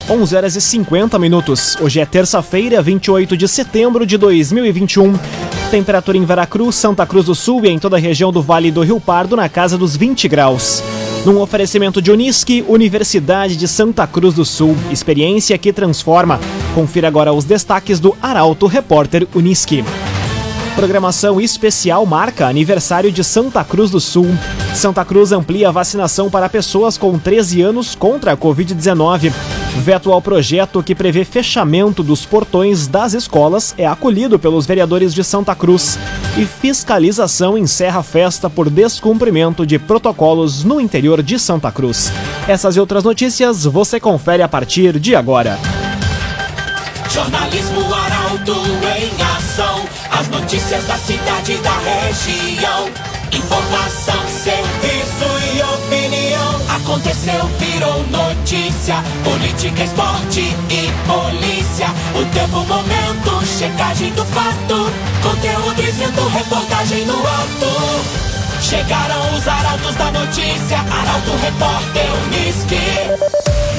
11h50. Hoje é terça-feira, 28 de setembro de 2021. Temperatura em Veracruz, Santa Cruz do Sul e em toda a região do Vale do Rio Pardo na casa dos 20 graus. Num oferecimento de Unisque, Universidade de Santa Cruz do Sul. Experiência que transforma. Confira agora os destaques do Arauto Repórter Unisque. Programação especial marca aniversário de Santa Cruz do Sul. Santa Cruz amplia a vacinação para pessoas com 13 anos contra a Covid-19. Veto ao projeto que prevê fechamento dos portões das escolas é acolhido pelos vereadores de Santa Cruz. E fiscalização encerra a festa por descumprimento de protocolos no interior de Santa Cruz. Essas e outras notícias você confere a partir de agora. Jornalismo Arauto em ação. As notícias da cidade e da região. Informação, serviço e opinião. Aconteceu, virou notícia. Política, esporte e polícia. O tempo, momento, checagem do fato. Conteúdo dizendo, reportagem no ato. Chegaram os arautos da notícia. Arauto, repórter Unisque.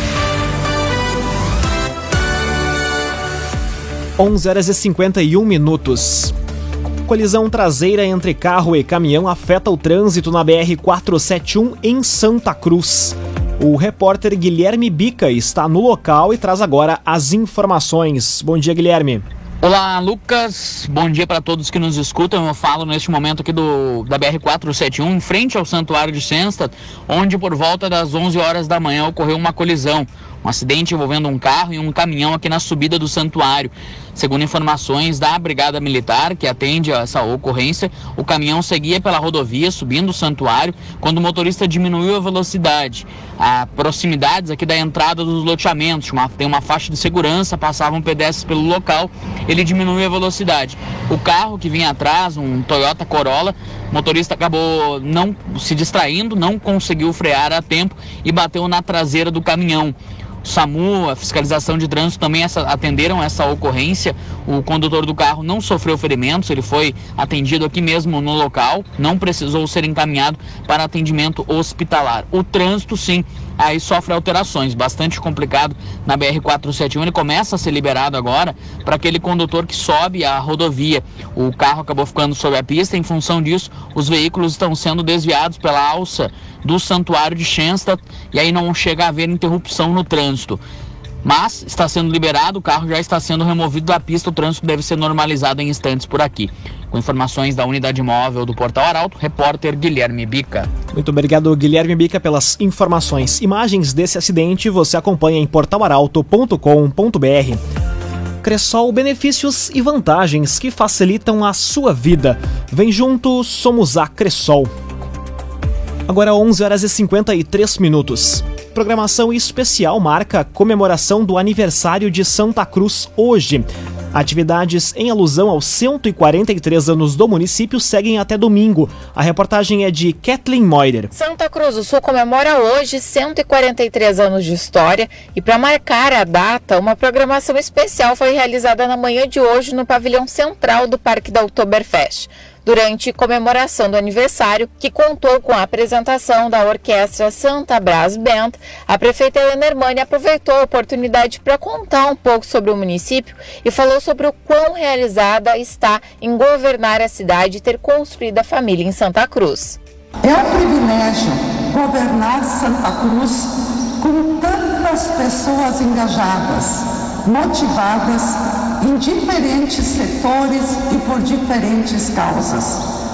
11h51. Colisão traseira entre carro e caminhão afeta o trânsito na BR-471 em Santa Cruz. O repórter Guilherme Bica está no local e traz agora as informações. Bom dia, Guilherme. Olá, Lucas. Bom dia para todos que nos escutam. Eu falo neste momento aqui da BR-471, em frente ao Santuário de Shenstadt, onde por volta das 11 horas da manhã ocorreu uma colisão. Um acidente envolvendo um carro e um caminhão aqui na subida do santuário. Segundo informações da Brigada Militar, que atende a essa ocorrência, o caminhão seguia pela rodovia, subindo o santuário, quando o motorista diminuiu a velocidade. A proximidades aqui da entrada dos loteamentos, tem uma faixa de segurança, passavam pedestres pelo local, ele diminuiu a velocidade. O carro que vinha atrás, um Toyota Corolla, o motorista acabou não se distraindo, não conseguiu frear a tempo e bateu na traseira do caminhão. O SAMU, a fiscalização de trânsito também atenderam essa ocorrência. O condutor do carro não sofreu ferimentos, ele foi atendido aqui mesmo no local, não precisou ser encaminhado para atendimento hospitalar. O trânsito, sim, aí sofre alterações, bastante complicado na BR-471, ele começa a ser liberado agora para aquele condutor que sobe a rodovia. O carro acabou ficando sob a pista, em função disso, os veículos estão sendo desviados pela alça do Santuário de Shenstadt e aí não chega a haver interrupção no trânsito. Mas está sendo liberado, o carro já está sendo removido da pista, o trânsito deve ser normalizado em instantes por aqui. Com informações da unidade móvel do Portal Arauto, repórter Guilherme Bica. Muito obrigado, Guilherme Bica, pelas informações. Imagens desse acidente você acompanha em portalarauto.com.br. Cressol, benefícios e vantagens que facilitam a sua vida. Vem junto, somos a Cressol. Agora 11h53. Programação especial marca a comemoração do aniversário de Santa Cruz hoje. Atividades em alusão aos 143 anos do município seguem até domingo. A reportagem é de Kathleen Moider. Santa Cruz do Sul comemora hoje 143 anos de história e para marcar a data, uma programação especial foi realizada na manhã de hoje no pavilhão central do Parque da Oktoberfest. Durante comemoração do aniversário, que contou com a apresentação da Orquestra Santa Brás Band, a prefeita Helena Hermani aproveitou a oportunidade para contar um pouco sobre o município e falou sobre o quão realizada está em governar a cidade e ter construído a família em Santa Cruz. É um privilégio governar Santa Cruz com tantas pessoas engajadas, motivadas em diferentes setores e por diferentes causas,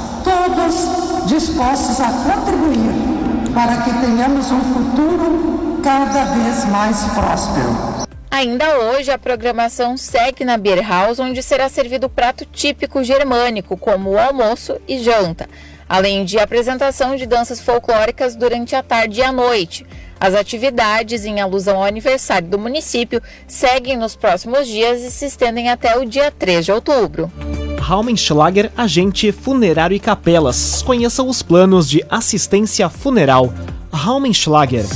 todos dispostos a contribuir para que tenhamos um futuro cada vez mais próspero. Ainda hoje, a programação segue na Beer House, onde será servido prato típico germânico, como o almoço e janta, além de apresentação de danças folclóricas durante a tarde e a noite. As atividades, em alusão ao aniversário do município, seguem nos próximos dias e se estendem até o dia 3 de outubro. Raumenschlager, agente funerário e capelas. Conheçam os planos de assistência funeral. Raumenschlager.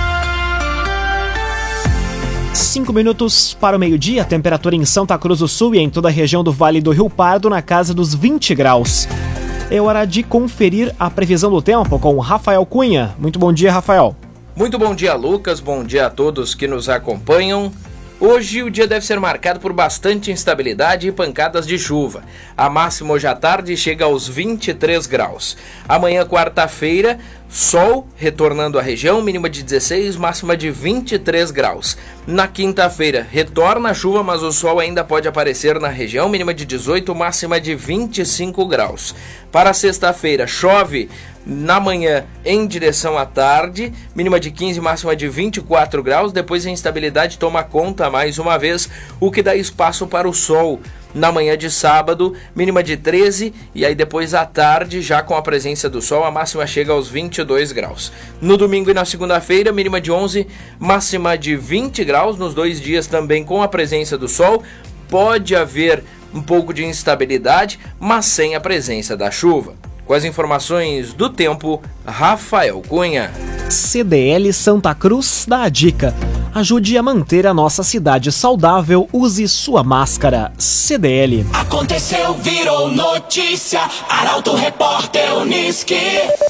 5 minutos para o meio-dia, temperatura em Santa Cruz do Sul e em toda a região do Vale do Rio Pardo na casa dos 20 graus. É hora de conferir a previsão do tempo com Rafael Cunha. Muito bom dia, Rafael. Muito bom dia, Lucas. Bom dia a todos que nos acompanham. Hoje o dia deve ser marcado por bastante instabilidade e pancadas de chuva. A máxima hoje à tarde chega aos 23 graus. Amanhã, quarta-feira, sol retornando à região, mínima de 16, máxima de 23 graus. Na quinta-feira, retorna a chuva, mas o sol ainda pode aparecer na região, mínima de 18, máxima de 25 graus. Para sexta-feira, chove na manhã em direção à tarde, mínima de 15, máxima de 24 graus. Depois a instabilidade toma conta mais uma vez, o que dá espaço para o sol. Na manhã de sábado, mínima de 13, e aí depois à tarde, já com a presença do sol, a máxima chega aos 22 graus. No domingo e na segunda-feira, mínima de 11, máxima de 20 graus. Nos 2 dias também com a presença do sol, pode haver um pouco de instabilidade, mas sem a presença da chuva. Com as informações do tempo, Rafael Cunha. CDL Santa Cruz dá a dica. Ajude a manter a nossa cidade saudável, use sua máscara. CDL. Aconteceu, virou notícia. Arauto Repórter Unisque.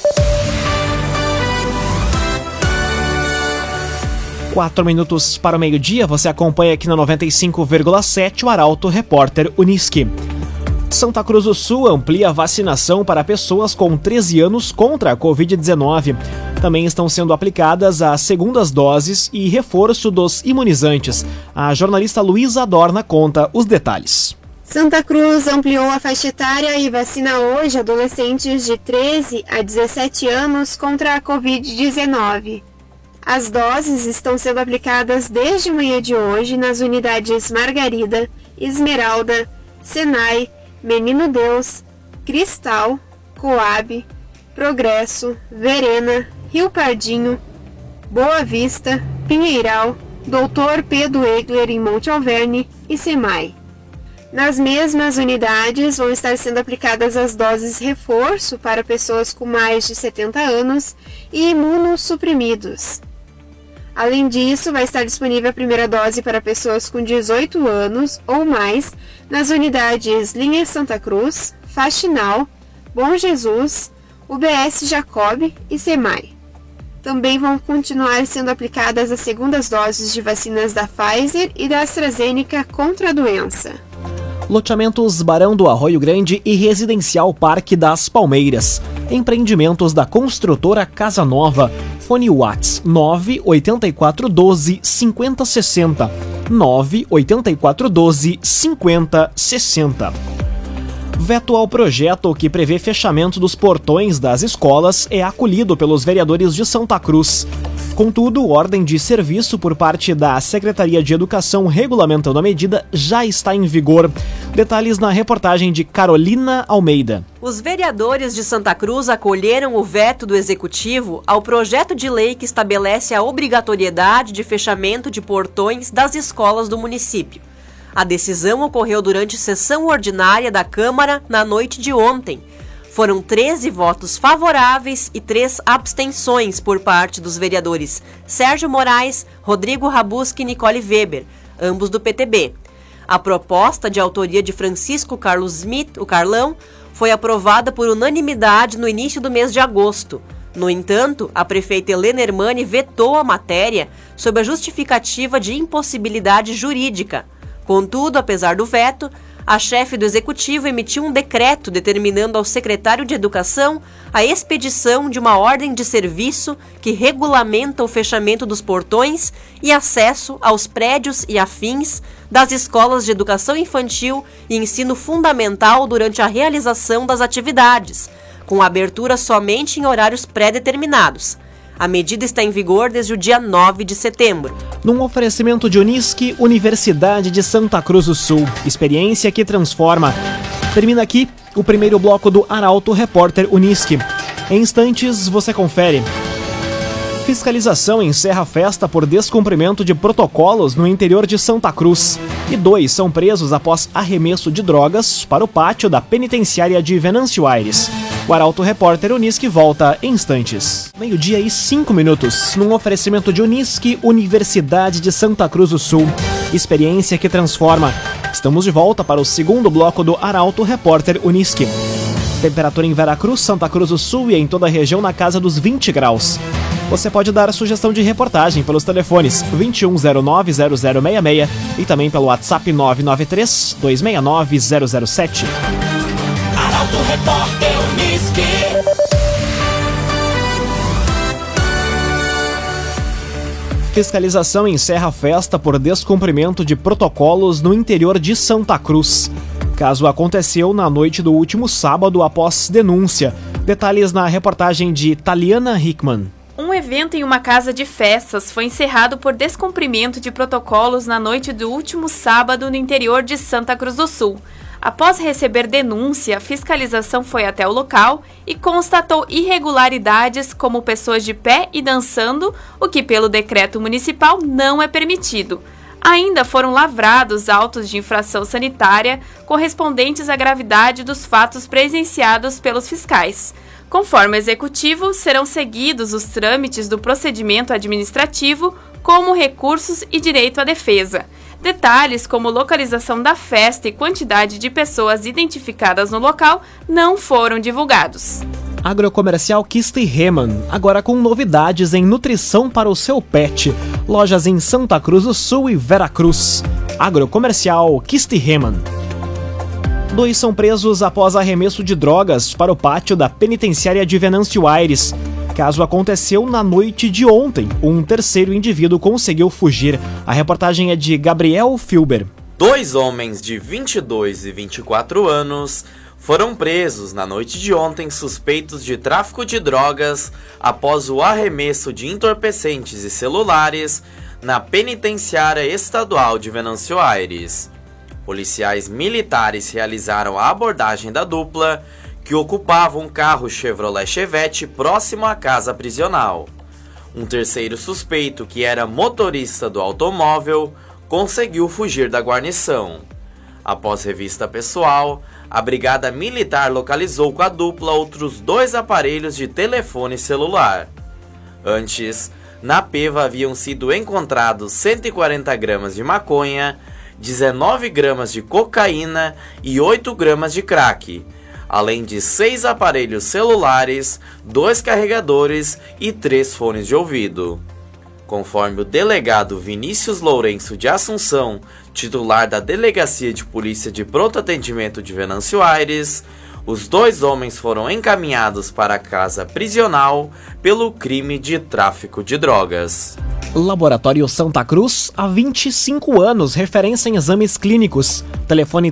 4 minutos para o meio-dia, você acompanha aqui na 95,7 o Arauto Repórter Unisque. Santa Cruz do Sul amplia a vacinação para pessoas com 13 anos contra a Covid-19. Também estão sendo aplicadas as segundas doses e reforço dos imunizantes. A jornalista Luísa Adorna conta os detalhes. Santa Cruz ampliou a faixa etária e vacina hoje adolescentes de 13 a 17 anos contra a Covid-19. As doses estão sendo aplicadas desde a manhã de hoje nas unidades Margarida, Esmeralda, Senai, Menino Deus, Cristal, Coab, Progresso, Verena, Rio Pardinho, Boa Vista, Pinheiral, Dr. Pedro Egler em Monte Alverne e Semai. Nas mesmas unidades vão estar sendo aplicadas as doses reforço para pessoas com mais de 70 anos e imunossuprimidos. Além disso, vai estar disponível a primeira dose para pessoas com 18 anos ou mais nas unidades Linha Santa Cruz, Faxinal, Bom Jesus, UBS Jacob e Semai. Também vão continuar sendo aplicadas as segundas doses de vacinas da Pfizer e da AstraZeneca contra a doença. Loteamentos Barão do Arroio Grande e Residencial Parque das Palmeiras. Empreendimentos da construtora Casa Nova. Fone Whats 98412 5060. 98412 5060. Veto ao projeto que prevê fechamento dos portões das escolas é acolhido pelos vereadores de Santa Cruz. Contudo, ordem de serviço por parte da Secretaria de Educação regulamentando a medida já está em vigor. Detalhes na reportagem de Carolina Almeida. Os vereadores de Santa Cruz acolheram o veto do Executivo ao projeto de lei que estabelece a obrigatoriedade de fechamento de portões das escolas do município. A decisão ocorreu durante sessão ordinária da Câmara na noite de ontem. Foram 13 votos favoráveis e 3 abstenções por parte dos vereadores Sérgio Moraes, Rodrigo Rabuski e Nicole Weber, ambos do PTB. A proposta de autoria de Francisco Carlos Smith, o Carlão, foi aprovada por unanimidade no início do mês de agosto. No entanto, a prefeita Helena Hermani vetou a matéria sob a justificativa de impossibilidade jurídica. Contudo, apesar do veto, a chefe do Executivo emitiu um decreto determinando ao secretário de Educação a expedição de uma ordem de serviço que regulamenta o fechamento dos portões e acesso aos prédios e afins das escolas de educação infantil e ensino fundamental durante a realização das atividades, com abertura somente em horários pré-determinados. A medida está em vigor desde o dia 9 de setembro. Num oferecimento de Unisque, Universidade de Santa Cruz do Sul. Experiência que transforma. Termina aqui o primeiro bloco do Arauto Repórter Unisque. Em instantes, você confere. Fiscalização encerra a festa por descumprimento de protocolos no interior de Santa Cruz. E 2 são presos após arremesso de drogas para o pátio da penitenciária de Venâncio Aires. O Arauto Repórter Unisque volta em instantes. 12:05, num oferecimento de Unisque, Universidade de Santa Cruz do Sul. Experiência que transforma. Estamos de volta para o segundo bloco do Arauto Repórter Unisque. Temperatura em Veracruz, Santa Cruz do Sul e em toda a região na casa dos 20 graus. Você pode dar a sugestão de reportagem pelos telefones 2109-0066 e também pelo WhatsApp 993-269-007. Arauto Repórter Unisque. Fiscalização encerra a festa por descumprimento de protocolos no interior de Santa Cruz. Caso aconteceu na noite do último sábado após denúncia. Detalhes na reportagem de Taliana Hickman. Um evento em uma casa de festas foi encerrado por descumprimento de protocolos na noite do último sábado no interior de Santa Cruz do Sul. Após receber denúncia, a fiscalização foi até o local e constatou irregularidades como pessoas de pé e dançando, o que pelo decreto municipal não é permitido. Ainda foram lavrados autos de infração sanitária correspondentes à gravidade dos fatos presenciados pelos fiscais. Conforme o executivo, serão seguidos os trâmites do procedimento administrativo, como recursos e direito à defesa. Detalhes como localização da festa e quantidade de pessoas identificadas no local não foram divulgados. Agrocomercial Kist Hemann, agora com novidades em nutrição para o seu pet. Lojas em Santa Cruz do Sul e Veracruz. Agrocomercial Kist Hemann. 2 são presos após arremesso de drogas para o pátio da penitenciária de Venâncio Aires. Caso aconteceu na noite de ontem. Um terceiro indivíduo conseguiu fugir. A reportagem é de Gabriel Filber. 2 homens de 22 e 24 anos foram presos na noite de ontem suspeitos de tráfico de drogas após o arremesso de entorpecentes e celulares na penitenciária estadual de Venâncio Aires. Policiais militares realizaram a abordagem da dupla, que ocupava um carro Chevrolet Chevette próximo à casa prisional. Um terceiro suspeito, que era motorista do automóvel, conseguiu fugir da guarnição. Após revista pessoal, a brigada militar localizou com a dupla outros 2 aparelhos de telefone celular. Antes, na peva haviam sido encontrados 140 gramas de maconha, 19 gramas de cocaína e 8 gramas de crack, além de 6 aparelhos celulares, 2 carregadores e 3 fones de ouvido. Conforme o delegado Vinícius Lourenço de Assunção, titular da Delegacia de Polícia de Pronto Atendimento de Venâncio Aires, os 2 homens foram encaminhados para a casa prisional pelo crime de tráfico de drogas. Laboratório Santa Cruz, há 25 anos, referência em exames clínicos. Telefone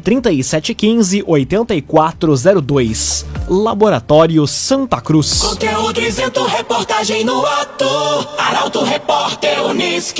3715-8402. Laboratório Santa Cruz. Conteúdo isento, reportagem no ato. Arauto Repórter Unisque.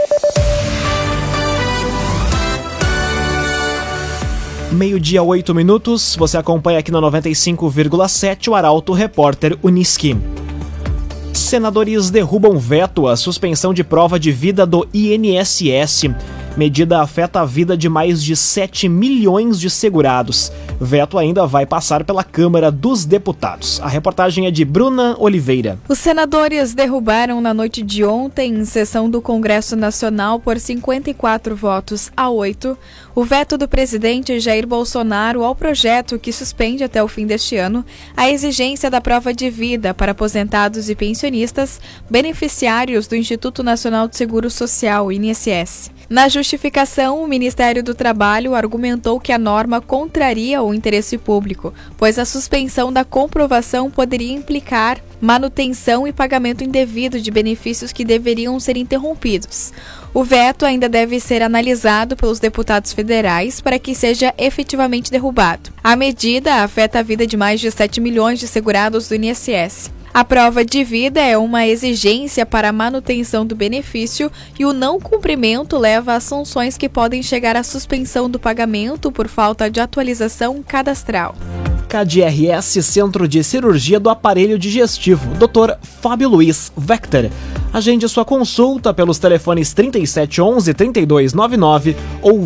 Meio-dia, 8 minutos. Você acompanha aqui na 95,7 o Arauto Repórter Unisque. Senadores derrubam veto à suspensão de prova de vida do INSS. Medida afeta a vida de mais de 7 milhões de segurados. Veto ainda vai passar pela Câmara dos Deputados. A reportagem é de Bruna Oliveira. Os senadores derrubaram na noite de ontem, em sessão do Congresso Nacional, por 54 votos a 8, o veto do presidente Jair Bolsonaro ao projeto que suspende até o fim deste ano a exigência da prova de vida para aposentados e pensionistas beneficiários do Instituto Nacional de Seguro Social, INSS. Na justificação, o Ministério do Trabalho argumentou que a norma contraria o interesse público, pois a suspensão da comprovação poderia implicar manutenção e pagamento indevido de benefícios que deveriam ser interrompidos. O veto ainda deve ser analisado pelos deputados federais para que seja efetivamente derrubado. A medida afeta a vida de mais de 7 milhões de segurados do INSS. A prova de vida é uma exigência para a manutenção do benefício e o não cumprimento leva a sanções que podem chegar à suspensão do pagamento por falta de atualização cadastral. KDRS Centro de Cirurgia do Aparelho Digestivo, Dr. Fábio Luiz Vector. Agende sua consulta pelos telefones 3711-3299 ou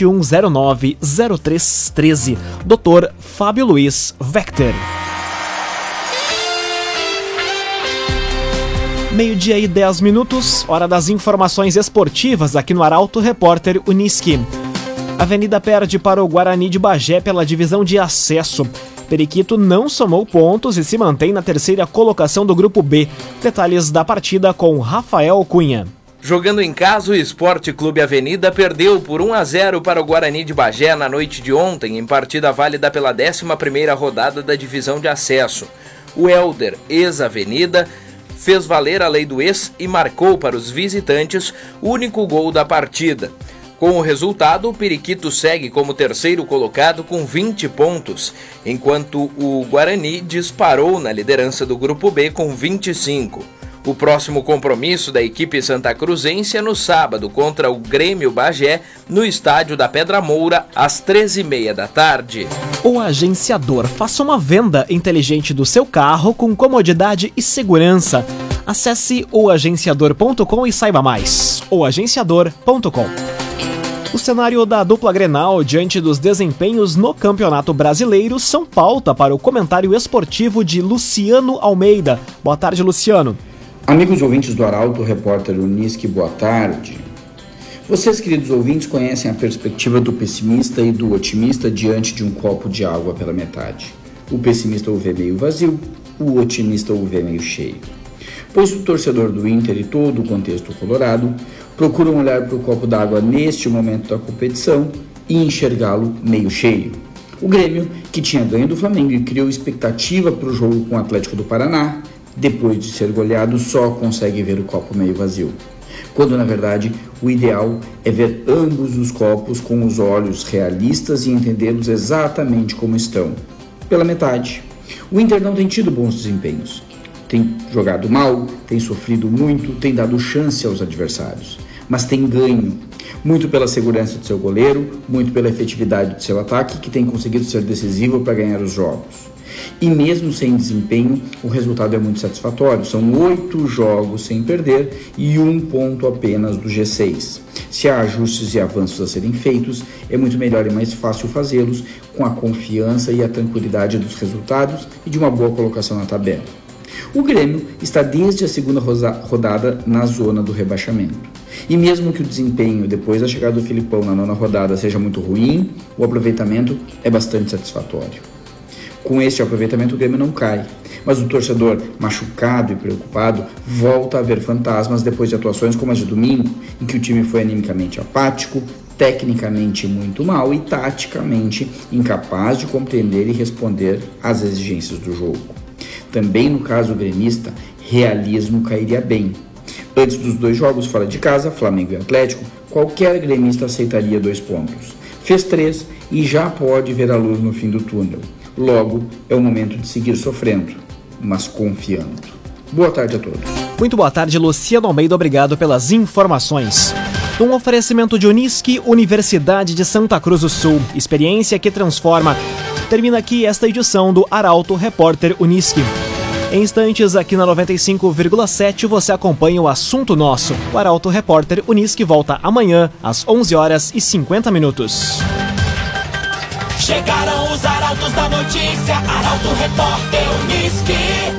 2109-0313. Dr. Fábio Luiz Vector. Meio-dia e 10 minutos, hora das informações esportivas aqui no Arauto Repórter Unisque. A Avenida perde para o Guarani de Bagé pela divisão de acesso. Periquito não somou pontos e se mantém na terceira colocação do Grupo B. Detalhes da partida com Rafael Cunha. Jogando em casa, o Esporte Clube Avenida perdeu por 1-0 para o Guarani de Bagé na noite de ontem, em partida válida pela 11ª rodada da divisão de acesso. O Helder, ex-Avenida, fez valer a lei do ex e marcou para os visitantes o único gol da partida. Com o resultado, o Periquito segue como terceiro colocado com 20 pontos, enquanto o Guarani disparou na liderança do Grupo B com 25. O próximo compromisso da equipe santacruzense é no sábado contra o Grêmio Bagé, no estádio da Pedra Moura, às 13h30 da tarde. O Agenciador. Faça uma venda inteligente do seu carro com comodidade e segurança. Acesse oagenciador.com e saiba mais. oagenciador.com. O cenário da dupla Grenal diante dos desempenhos no Campeonato Brasileiro são pauta para o comentário esportivo de Luciano Almeida. Boa tarde, Luciano. Amigos ouvintes do Arauto, repórter Unisque, boa tarde. Vocês, queridos ouvintes, conhecem a perspectiva do pessimista e do otimista diante de um copo de água pela metade. O pessimista o vê meio vazio, o otimista o vê meio cheio. Pois o torcedor do Inter e todo o contexto colorado procuram olhar para o copo d'água neste momento da competição e enxergá-lo meio cheio. O Grêmio, que tinha ganho do Flamengo e criou expectativa para o jogo com o Atlético do Paraná, depois de ser goleado, só consegue ver o copo meio vazio. Quando, na verdade, o ideal é ver ambos os copos com os olhos realistas e entendê-los exatamente como estão. Pela metade. O Inter não tem tido bons desempenhos. Tem jogado mal, tem sofrido muito, tem dado chance aos adversários. Mas tem ganho. Muito pela segurança de seu goleiro, muito pela efetividade de seu ataque, que tem conseguido ser decisivo para ganhar os jogos. E mesmo sem desempenho, o resultado é muito satisfatório. São 8 jogos sem perder e 1 ponto apenas do G6. Se há ajustes e avanços a serem feitos, é muito melhor e mais fácil fazê-los com a confiança e a tranquilidade dos resultados e de uma boa colocação na tabela. O Grêmio está desde a segunda rodada na zona do rebaixamento. E mesmo que o desempenho depois da chegada do Filipão na 9ª rodada seja muito ruim, o aproveitamento é bastante satisfatório. Com este aproveitamento o Grêmio não cai, mas o torcedor machucado e preocupado volta a ver fantasmas depois de atuações como as de domingo, em que o time foi animicamente apático, tecnicamente muito mal e taticamente incapaz de compreender e responder às exigências do jogo. Também no caso gremista, realismo cairia bem. Antes dos 2 jogos fora de casa, Flamengo e Atlético, qualquer gremista aceitaria 2 pontos. Fez 3 e já pode ver a luz no fim do túnel. Logo, é o momento de seguir sofrendo, mas confiando. Boa tarde a todos. Muito boa tarde, Luciano Almeida. Obrigado pelas informações. Um oferecimento de Unisque, Universidade de Santa Cruz do Sul. Experiência que transforma. Termina aqui esta edição do Arauto Repórter Unisque. Em instantes, aqui na 95,7, você acompanha o assunto nosso. O Arauto Repórter Unisque volta amanhã, às 11h50. Chegaram os arautos da notícia, Arauto Repórter Unisque.